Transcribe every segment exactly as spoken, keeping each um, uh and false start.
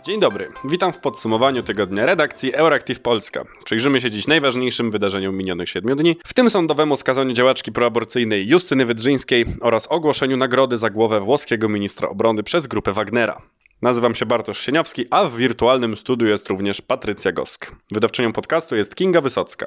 Dzień dobry, witam w podsumowaniu tygodnia redakcji Euractiv Polska. Przyjrzymy się dziś najważniejszym wydarzeniom minionych siedmiu dni, w tym sądowemu skazaniu działaczki proaborcyjnej Justyny Wydrzyńskiej oraz ogłoszeniu nagrody za głowę włoskiego ministra obrony przez grupę Wagnera. Nazywam się Bartosz Sieniawski, a w wirtualnym studiu jest również Patrycja Gosk. Wydawczynią podcastu jest Kinga Wysocka.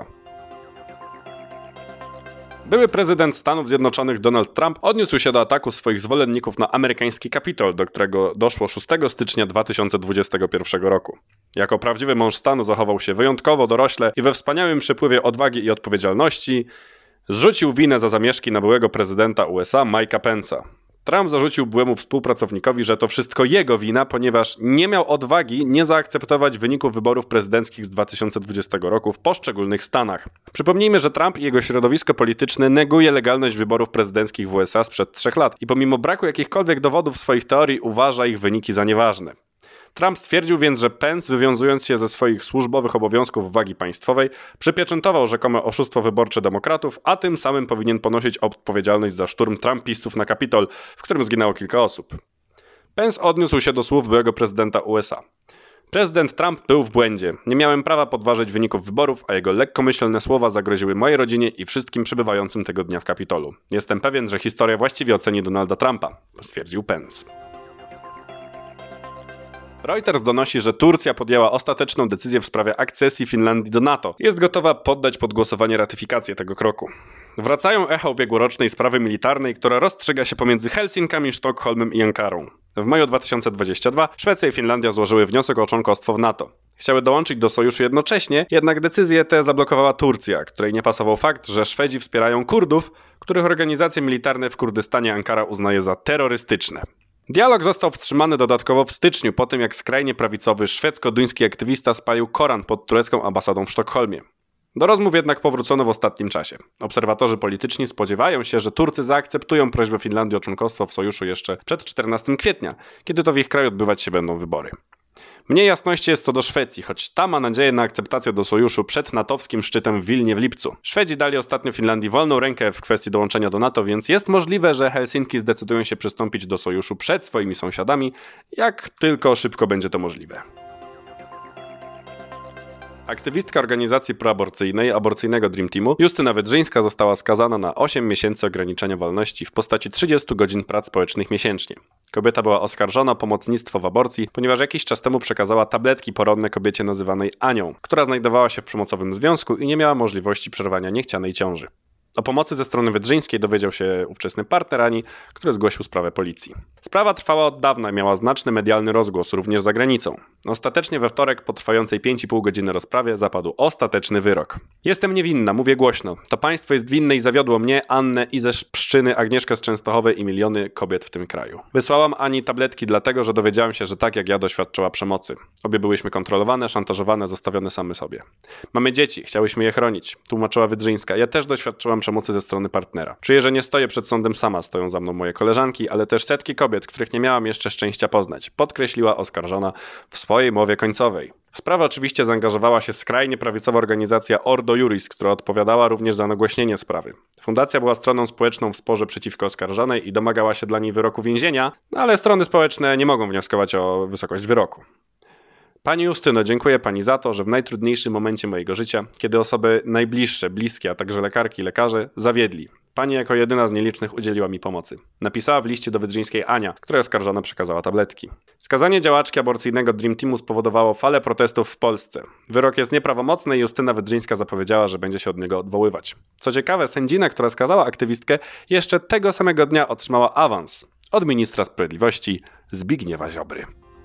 Były prezydent Stanów Zjednoczonych Donald Trump odniósł się do ataku swoich zwolenników na amerykański Kapitol, do którego doszło szóstego stycznia dwa tysiące dwudziestego pierwszego roku. Jako prawdziwy mąż stanu zachował się wyjątkowo dorośle i we wspaniałym przepływie odwagi i odpowiedzialności zrzucił winę za zamieszki na byłego prezydenta U S A Mike'a Pence'a. Trump zarzucił byłemu współpracownikowi, że to wszystko jego wina, ponieważ nie miał odwagi nie zaakceptować wyników wyborów prezydenckich z dwa tysiące dwudziestego roku w poszczególnych stanach. Przypomnijmy, że Trump i jego środowisko polityczne neguje legalność wyborów prezydenckich w U S A sprzed trzech lat i pomimo braku jakichkolwiek dowodów swoich teorii uważa ich wyniki za nieważne. Trump stwierdził więc, że Pence, wywiązując się ze swoich służbowych obowiązków wagi państwowej, przypieczętował rzekome oszustwo wyborcze demokratów, a tym samym powinien ponosić odpowiedzialność za szturm trumpistów na Kapitol, w którym zginęło kilka osób. Pence odniósł się do słów byłego prezydenta U S A. Prezydent Trump był w błędzie. Nie miałem prawa podważyć wyników wyborów, a jego lekkomyślne słowa zagroziły mojej rodzinie i wszystkim przebywającym tego dnia w Kapitolu. Jestem pewien, że historia właściwie oceni Donalda Trumpa, stwierdził Pence. Reuters donosi, że Turcja podjęła ostateczną decyzję w sprawie akcesji Finlandii do NATO. Jest gotowa poddać pod głosowanie ratyfikację tego kroku. Wracają echa ubiegłorocznej sprawy militarnej, która rozstrzyga się pomiędzy Helsinkami, Sztokholmem i Ankarą. W maju dwa tysiące dwudziestego drugiego Szwecja i Finlandia złożyły wniosek o członkostwo w NATO. Chciały dołączyć do sojuszu jednocześnie, jednak decyzję tę zablokowała Turcja, której nie pasował fakt, że Szwedzi wspierają Kurdów, których organizacje militarne w Kurdystanie Ankara uznaje za terrorystyczne. Dialog został wstrzymany dodatkowo w styczniu, po tym jak skrajnie prawicowy szwedzko-duński aktywista spalił Koran pod turecką ambasadą w Sztokholmie. Do rozmów jednak powrócono w ostatnim czasie. Obserwatorzy polityczni spodziewają się, że Turcy zaakceptują prośbę Finlandii o członkostwo w sojuszu jeszcze przed czternastego kwietnia, kiedy to w ich kraju odbywać się będą wybory. Mniej jasności jest co do Szwecji, choć ta ma nadzieję na akceptację do sojuszu przed natowskim szczytem w Wilnie w lipcu. Szwedzi dali ostatnio Finlandii wolną rękę w kwestii dołączenia do NATO, więc jest możliwe, że Helsinki zdecydują się przystąpić do sojuszu przed swoimi sąsiadami, jak tylko szybko będzie to możliwe. Aktywistka organizacji proaborcyjnej, aborcyjnego Dream Teamu, Justyna Wydrzyńska została skazana na osiem miesięcy ograniczenia wolności w postaci trzydziestu godzin prac społecznych miesięcznie. Kobieta była oskarżona o pomocnictwo w aborcji, ponieważ jakiś czas temu przekazała tabletki porodne kobiecie nazywanej Anią, która znajdowała się w przemocowym związku i nie miała możliwości przerwania niechcianej ciąży. O pomocy ze strony Wydrzyńskiej dowiedział się ówczesny partner Ani, który zgłosił sprawę policji. Sprawa trwała od dawna i miała znaczny medialny rozgłos, również za granicą. Ostatecznie we wtorek po trwającej pięć i pół godziny rozprawie zapadł ostateczny wyrok. Jestem niewinna, mówię głośno. To państwo jest winne i zawiodło mnie, Annę, Izę z Pszczyny, Agnieszkę z Częstochowej i miliony kobiet w tym kraju. Wysłałam Ani tabletki dlatego, że dowiedziałam się, że tak jak ja doświadczyła przemocy. Obie byłyśmy kontrolowane, szantażowane, zostawione same sobie. Mamy dzieci, chciałyśmy je chronić, tłumaczyła Wydrzyńska. Ja też doświadczyłam przemocy ze strony partnera. Czuję, że nie stoję przed sądem sama, stoją za mną moje koleżanki, ale też setki kobiet, których nie miałam jeszcze szczęścia poznać, podkreśliła oskarżona w swojej mowie końcowej. W sprawę oczywiście zaangażowała się skrajnie prawicowa organizacja Ordo Juris, która odpowiadała również za nagłośnienie sprawy. Fundacja była stroną społeczną w sporze przeciwko oskarżonej i domagała się dla niej wyroku więzienia, no ale strony społeczne nie mogą wnioskować o wysokość wyroku. Pani Justyno, dziękuję Pani za to, że w najtrudniejszym momencie mojego życia, kiedy osoby najbliższe, bliskie, a także lekarki i lekarze zawiedli, Pani jako jedyna z nielicznych udzieliła mi pomocy. Napisała w liście do Wydrzyńskiej Ania, której oskarżona przekazała tabletki. Skazanie działaczki aborcyjnego Dream Teamu spowodowało falę protestów w Polsce. Wyrok jest nieprawomocny i Justyna Wydrzyńska zapowiedziała, że będzie się od niego odwoływać. Co ciekawe, sędzina, która skazała aktywistkę, jeszcze tego samego dnia otrzymała awans od ministra sprawiedliwości Zbigniewa Ziobry.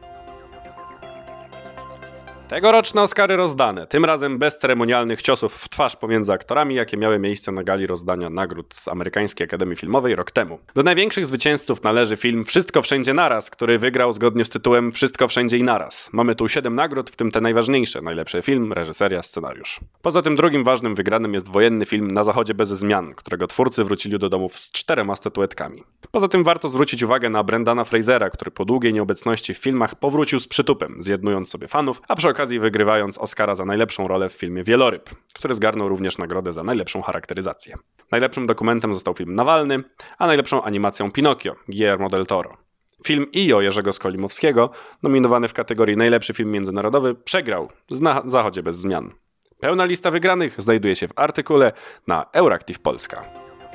Tegoroczne Oscary rozdane, tym razem bez ceremonialnych ciosów w twarz pomiędzy aktorami, jakie miały miejsce na gali rozdania nagród Amerykańskiej Akademii Filmowej rok temu. Do największych zwycięzców należy film Wszystko Wszędzie Naraz, który wygrał zgodnie z tytułem Wszystko Wszędzie i Naraz. Mamy tu siedem nagród, w tym te najważniejsze, najlepszy film, reżyseria, scenariusz. Poza tym drugim ważnym wygranym jest wojenny film Na Zachodzie bez zmian, którego twórcy wrócili do domów z czterema statuetkami. Poza tym warto zwrócić uwagę na Brendana Frasera, który po długiej nieobecności w filmach powrócił z przytupem, zjednując sobie fanów, a przy okazji wygrywając Oscara za najlepszą rolę w filmie Wieloryb, który zgarnął również nagrodę za najlepszą charakteryzację. Najlepszym dokumentem został film Nawalny, a najlepszą animacją Pinokio, Guillermo del Toro. Film Ijo Jerzego Skolimowskiego, nominowany w kategorii najlepszy film międzynarodowy, przegrał na Zachodzie bez zmian. Pełna lista wygranych znajduje się w artykule na Euractiv Polska.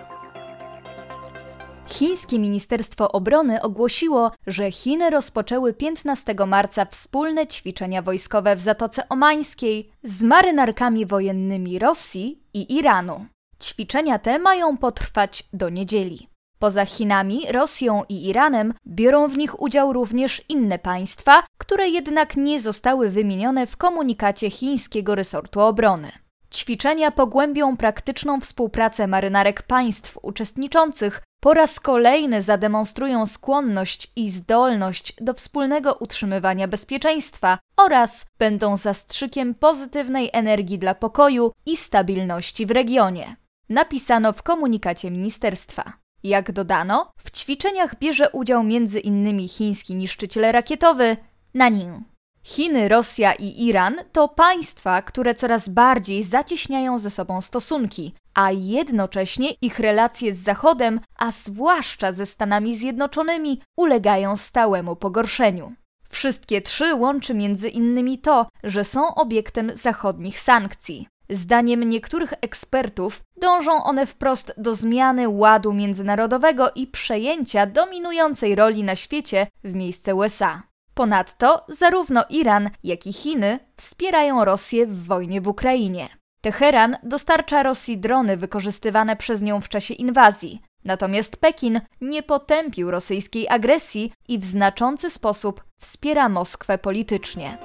Chińskie Ministerstwo Obrony ogłosiło, że Chiny rozpoczęły piętnastego marca wspólne ćwiczenia wojskowe w Zatoce Omańskiej z marynarkami wojennymi Rosji i Iranu. Ćwiczenia te mają potrwać do niedzieli. Poza Chinami, Rosją i Iranem biorą w nich udział również inne państwa, które jednak nie zostały wymienione w komunikacie chińskiego resortu obrony. Ćwiczenia pogłębią praktyczną współpracę marynarek państw uczestniczących, po raz kolejny zademonstrują skłonność i zdolność do wspólnego utrzymywania bezpieczeństwa oraz będą zastrzykiem pozytywnej energii dla pokoju i stabilności w regionie. Napisano w komunikacie ministerstwa. Jak dodano, w ćwiczeniach bierze udział między innymi chiński niszczyciel rakietowy Nanning. Chiny, Rosja i Iran to państwa, które coraz bardziej zacieśniają ze sobą stosunki, a jednocześnie ich relacje z Zachodem, a zwłaszcza ze Stanami Zjednoczonymi, ulegają stałemu pogorszeniu. Wszystkie trzy łączy między innymi to, że są obiektem zachodnich sankcji. Zdaniem niektórych ekspertów dążą one wprost do zmiany ładu międzynarodowego i przejęcia dominującej roli na świecie w miejsce U S A. Ponadto zarówno Iran, jak i Chiny wspierają Rosję w wojnie w Ukrainie. Teheran dostarcza Rosji drony wykorzystywane przez nią w czasie inwazji, natomiast Pekin nie potępił rosyjskiej agresji i w znaczący sposób wspiera Moskwę politycznie.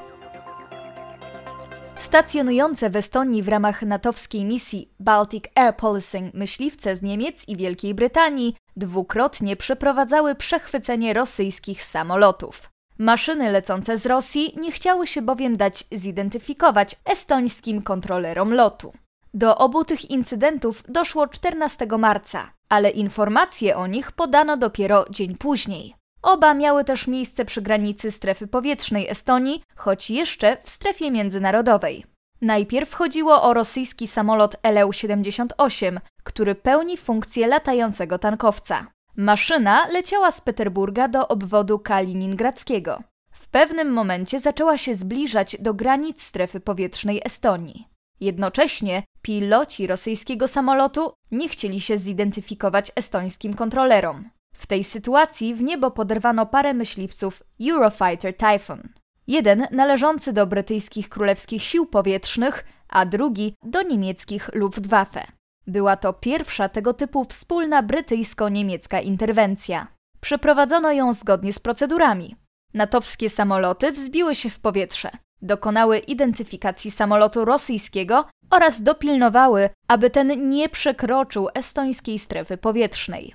Stacjonujące w Estonii w ramach natowskiej misji Baltic Air Policing myśliwce z Niemiec i Wielkiej Brytanii dwukrotnie przeprowadzały przechwycenie rosyjskich samolotów. Maszyny lecące z Rosji nie chciały się bowiem dać zidentyfikować estońskim kontrolerom lotu. Do obu tych incydentów doszło czternastego marca, ale informacje o nich podano dopiero dzień później. Oba miały też miejsce przy granicy strefy powietrznej Estonii, choć jeszcze w strefie międzynarodowej. Najpierw chodziło o rosyjski samolot L E siedemdziesiąt osiem, który pełni funkcję latającego tankowca. Maszyna leciała z Peterburga do obwodu kaliningradzkiego. W pewnym momencie zaczęła się zbliżać do granic strefy powietrznej Estonii. Jednocześnie piloci rosyjskiego samolotu nie chcieli się zidentyfikować estońskim kontrolerom. W tej sytuacji w niebo poderwano parę myśliwców Eurofighter Typhoon. Jeden należący do brytyjskich królewskich sił powietrznych, a drugi do niemieckich Luftwaffe. Była to pierwsza tego typu wspólna brytyjsko-niemiecka interwencja. Przeprowadzono ją zgodnie z procedurami. Natowskie samoloty wzbiły się w powietrze, dokonały identyfikacji samolotu rosyjskiego oraz dopilnowały, aby ten nie przekroczył estońskiej strefy powietrznej.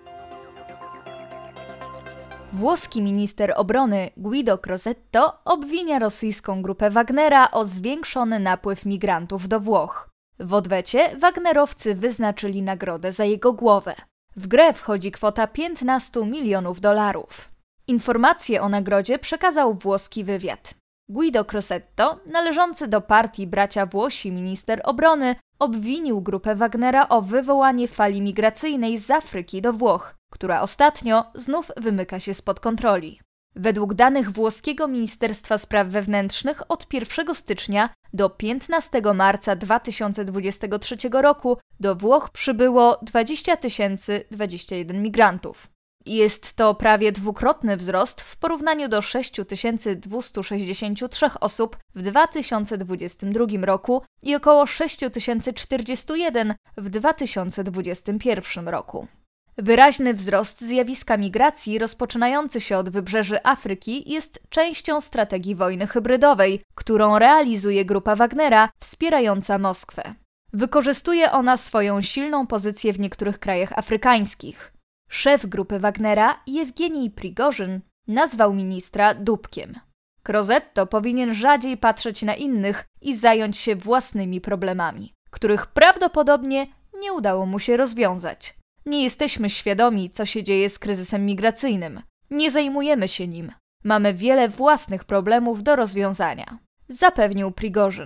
Włoski minister obrony Guido Crosetto obwinia rosyjską grupę Wagnera o zwiększony napływ migrantów do Włoch. W odwecie Wagnerowcy wyznaczyli nagrodę za jego głowę. W grę wchodzi kwota piętnaście milionów dolarów. Informacje o nagrodzie przekazał włoski wywiad. Guido Crosetto, należący do partii Bracia Włosi minister obrony, obwinił grupę Wagnera o wywołanie fali migracyjnej z Afryki do Włoch, która ostatnio znów wymyka się spod kontroli. Według danych włoskiego Ministerstwa Spraw Wewnętrznych od pierwszego stycznia do piętnastego marca dwa tysiące dwudziestego trzeciego roku do Włoch przybyło dwadzieścia tysięcy dwadzieścia jeden migrantów. Jest to prawie dwukrotny wzrost w porównaniu do sześć tysięcy dwieście sześćdziesiąt trzy osób w dwa tysiące dwudziestym drugim roku i około sześć tysięcy czterdzieści jeden w dwa tysiące dwudziestym pierwszym roku. Wyraźny wzrost zjawiska migracji rozpoczynający się od wybrzeży Afryki jest częścią strategii wojny hybrydowej, którą realizuje grupa Wagnera wspierająca Moskwę. Wykorzystuje ona swoją silną pozycję w niektórych krajach afrykańskich. Szef grupy Wagnera, Jewgenij Prigorzyn, nazwał ministra dupkiem. Crosetto powinien rzadziej patrzeć na innych i zająć się własnymi problemami, których prawdopodobnie nie udało mu się rozwiązać. Nie jesteśmy świadomi, co się dzieje z kryzysem migracyjnym. Nie zajmujemy się nim. Mamy wiele własnych problemów do rozwiązania, zapewnił Prigorzyn.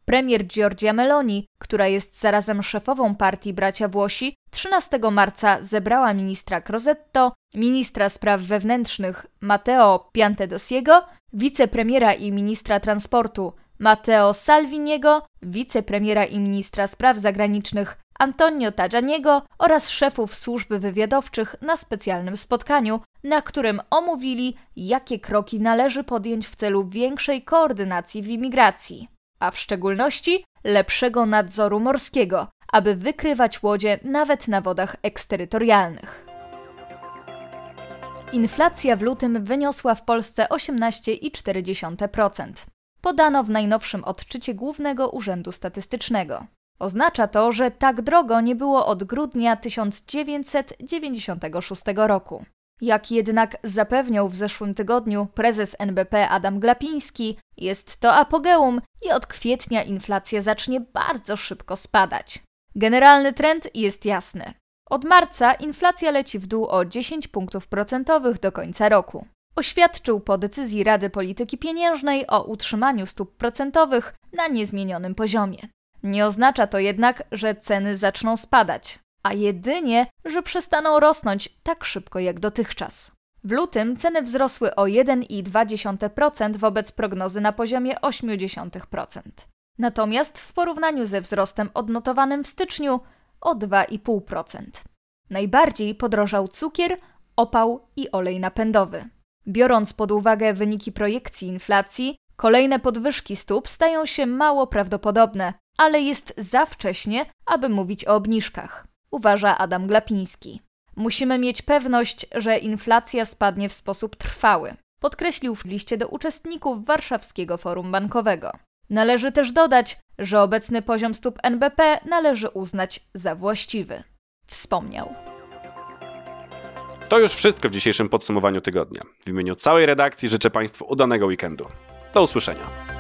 Premier Giorgia Meloni, która jest zarazem szefową partii Bracia Włosi, trzynastego marca zebrała ministra Crosetto, ministra spraw wewnętrznych Matteo Piantedossiego, wicepremiera i ministra transportu Matteo Salviniego, wicepremiera i ministra spraw zagranicznych Antonio Tajaniego oraz szefów służb wywiadowczych na specjalnym spotkaniu, na którym omówili, jakie kroki należy podjąć w celu większej koordynacji w imigracji, a w szczególności lepszego nadzoru morskiego, aby wykrywać łodzie nawet na wodach eksterytorialnych. Inflacja w lutym wyniosła w Polsce osiemnaście przecinek cztery procent. Podano w najnowszym odczycie Głównego Urzędu Statystycznego. Oznacza to, że tak drogo nie było od grudnia tysiąc dziewięćset dziewięćdziesiątego szóstego roku. Jak jednak zapewniał w zeszłym tygodniu prezes N B P Adam Glapiński, jest to apogeum i od kwietnia inflacja zacznie bardzo szybko spadać. Generalny trend jest jasny. Od marca inflacja leci w dół o dziesięć punktów procentowych do końca roku. Oświadczył po decyzji Rady Polityki Pieniężnej o utrzymaniu stóp procentowych na niezmienionym poziomie. Nie oznacza to jednak, że ceny zaczną spadać, a jedynie, że przestaną rosnąć tak szybko jak dotychczas. W lutym ceny wzrosły o jeden przecinek dwa procent wobec prognozy na poziomie osiem procent. Natomiast w porównaniu ze wzrostem odnotowanym w styczniu o dwa przecinek pięć procent. Najbardziej podrożał cukier, opał i olej napędowy. Biorąc pod uwagę wyniki projekcji inflacji, kolejne podwyżki stóp stają się mało prawdopodobne, ale jest za wcześnie, aby mówić o obniżkach, uważa Adam Glapiński. Musimy mieć pewność, że inflacja spadnie w sposób trwały, podkreślił w liście do uczestników Warszawskiego Forum Bankowego. Należy też dodać, że obecny poziom stóp N B P należy uznać za właściwy. Wspomniał. To już wszystko w dzisiejszym podsumowaniu tygodnia. W imieniu całej redakcji życzę Państwu udanego weekendu. Do usłyszenia.